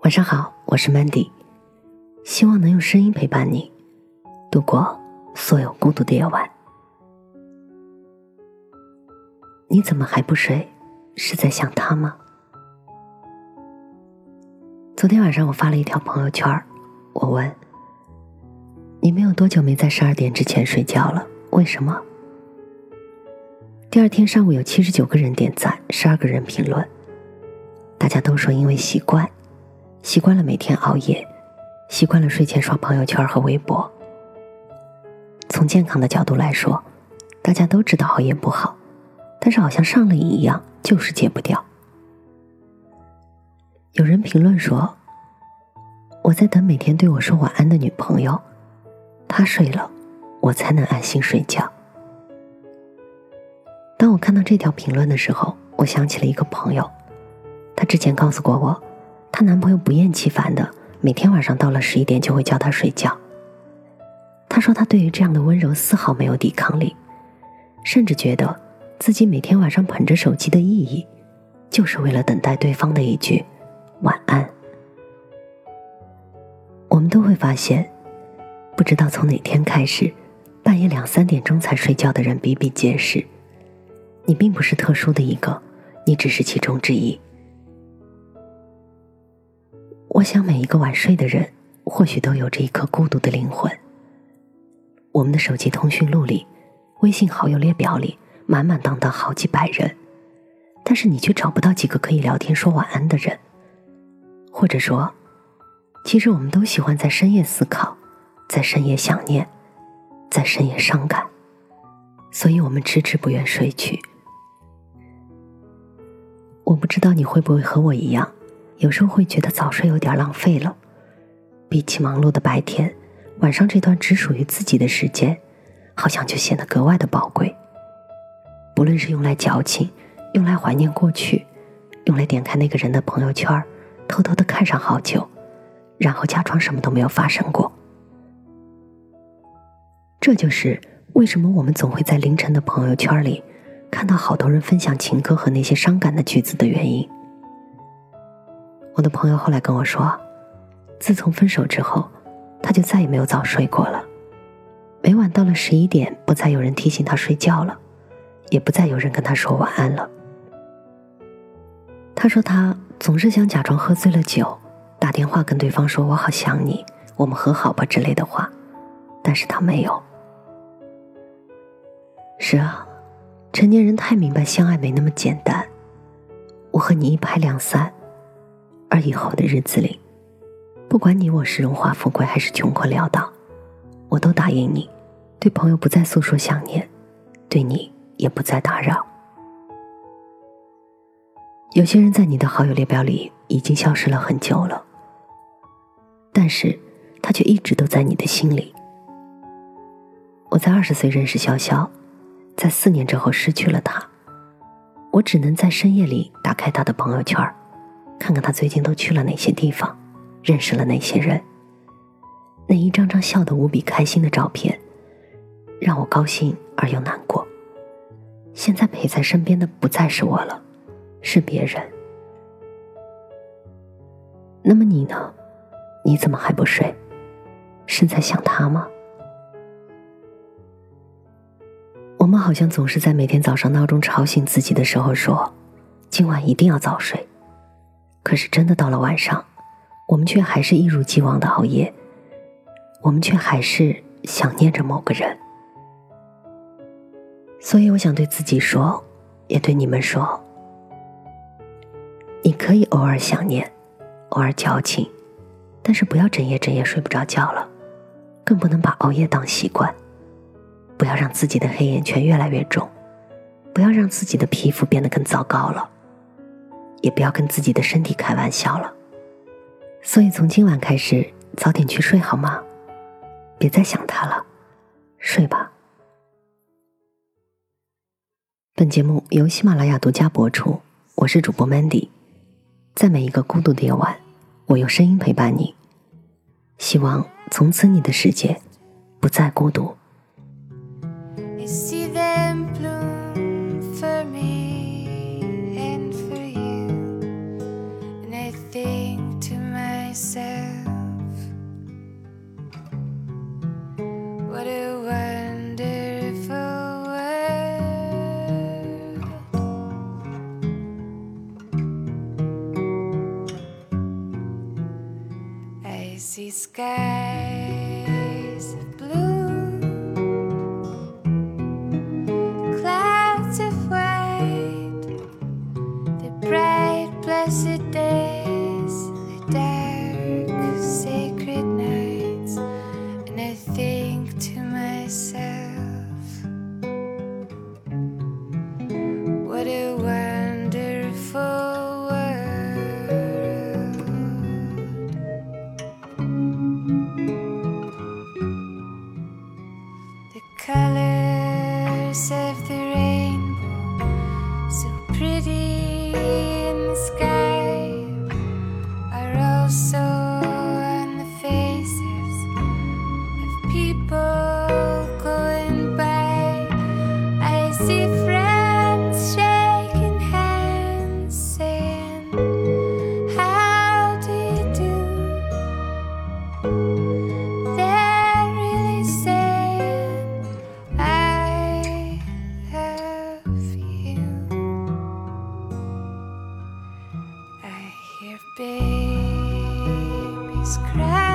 晚上好，我是 Mandy， 希望能用声音陪伴你度过所有孤独的夜晚。你怎么还不睡？是在想他吗？昨天晚上我发了一条朋友圈，我问你们有多久没在12点之前睡觉了？为什么？第二天上午有79个人点赞，12个人评论，大家都说因为习惯了每天熬夜，习惯了睡前刷朋友圈和微博。从健康的角度来说，大家都知道熬夜不好，但是好像上了瘾一样，就是戒不掉。有人评论说，我在等每天对我说晚安的女朋友，她睡了，我才能安心睡觉。当我看到这条评论的时候，我想起了一个朋友，她之前告诉过我，她男朋友不厌其烦的每天晚上到了11点就会叫她睡觉。她说她对于这样的温柔丝毫没有抵抗力，甚至觉得自己每天晚上捧着手机的意义，就是为了等待对方的一句晚安。我们都会发现，不知道从哪天开始，半夜2、3点钟才睡觉的人比比皆是。你并不是特殊的一个，你只是其中之一。我想每一个晚睡的人，或许都有着一颗孤独的灵魂。我们的手机通讯录里，微信好友列表里，满满当当好几百人，但是你却找不到几个可以聊天说晚安的人。或者说，其实我们都喜欢在深夜思考，在深夜想念，在深夜伤感，所以我们迟迟不愿睡去。我不知道你会不会和我一样，有时候会觉得早睡有点浪费了。比起忙碌的白天，晚上这段只属于自己的时间，好像就显得格外的宝贵。不论是用来矫情，用来怀念过去，用来点开那个人的朋友圈，偷偷的看上好久，然后假装什么都没有发生过。这就是为什么我们总会在凌晨的朋友圈里看到好多人分享情歌和那些伤感的句子的原因。我的朋友后来跟我说，自从分手之后，他就再也没有早睡过了。每晚到了11点，不再有人提醒他睡觉了，也不再有人跟他说晚安了。他说他总是想假装喝醉了酒，打电话跟对方说我好想你，我们和好吧之类的话，但是他没有。是啊，成年人太明白相爱没那么简单，我和你一拍两散，而以后的日子里，不管你我是荣华富贵还是穷困潦倒，我都答应你，对朋友不再诉说想念，对你也不再打扰。有些人在你的好友列表里已经消失了很久了，但是他却一直都在你的心里。我在20岁认识潇潇，在4年之后失去了他，我只能在深夜里打开他的朋友圈，看看他最近都去了哪些地方，认识了哪些人。那一张张笑得无比开心的照片，让我高兴而又难过。现在陪在身边的不再是我了，是别人。那么你呢？你怎么还不睡？是在想他吗？我们好像总是在每天早上闹钟吵醒自己的时候说，今晚一定要早睡。可是真的到了晚上，我们却还是一如既往的熬夜，我们却还是想念着某个人。所以我想对自己说，也对你们说，你可以偶尔想念，偶尔矫情，但是不要整夜睡不着觉了，更不能把熬夜当习惯。不要让自己的黑眼圈越来越重，不要让自己的皮肤变得更糟糕了，也不要跟自己的身体开玩笑了。所以从今晚开始，早点去睡好吗？别再想他了，睡吧。本节目由喜马拉雅独家播出，我是主播 Mandy。 在每一个孤独的夜晚，我用声音陪伴你，希望从此你的世界不再孤独。 See them bloom for me and for you, and I think to myself, see skies of blue, clouds of white, the bright blessed days, the dark sacred nights, and I think to myself, what a wonderful world. The colors of the rainbow, so pretty in the sky, are also on the faces of people going by. I see friends shaking hands, saying, how do you do? They're really saying, I love you. I hear babies cry.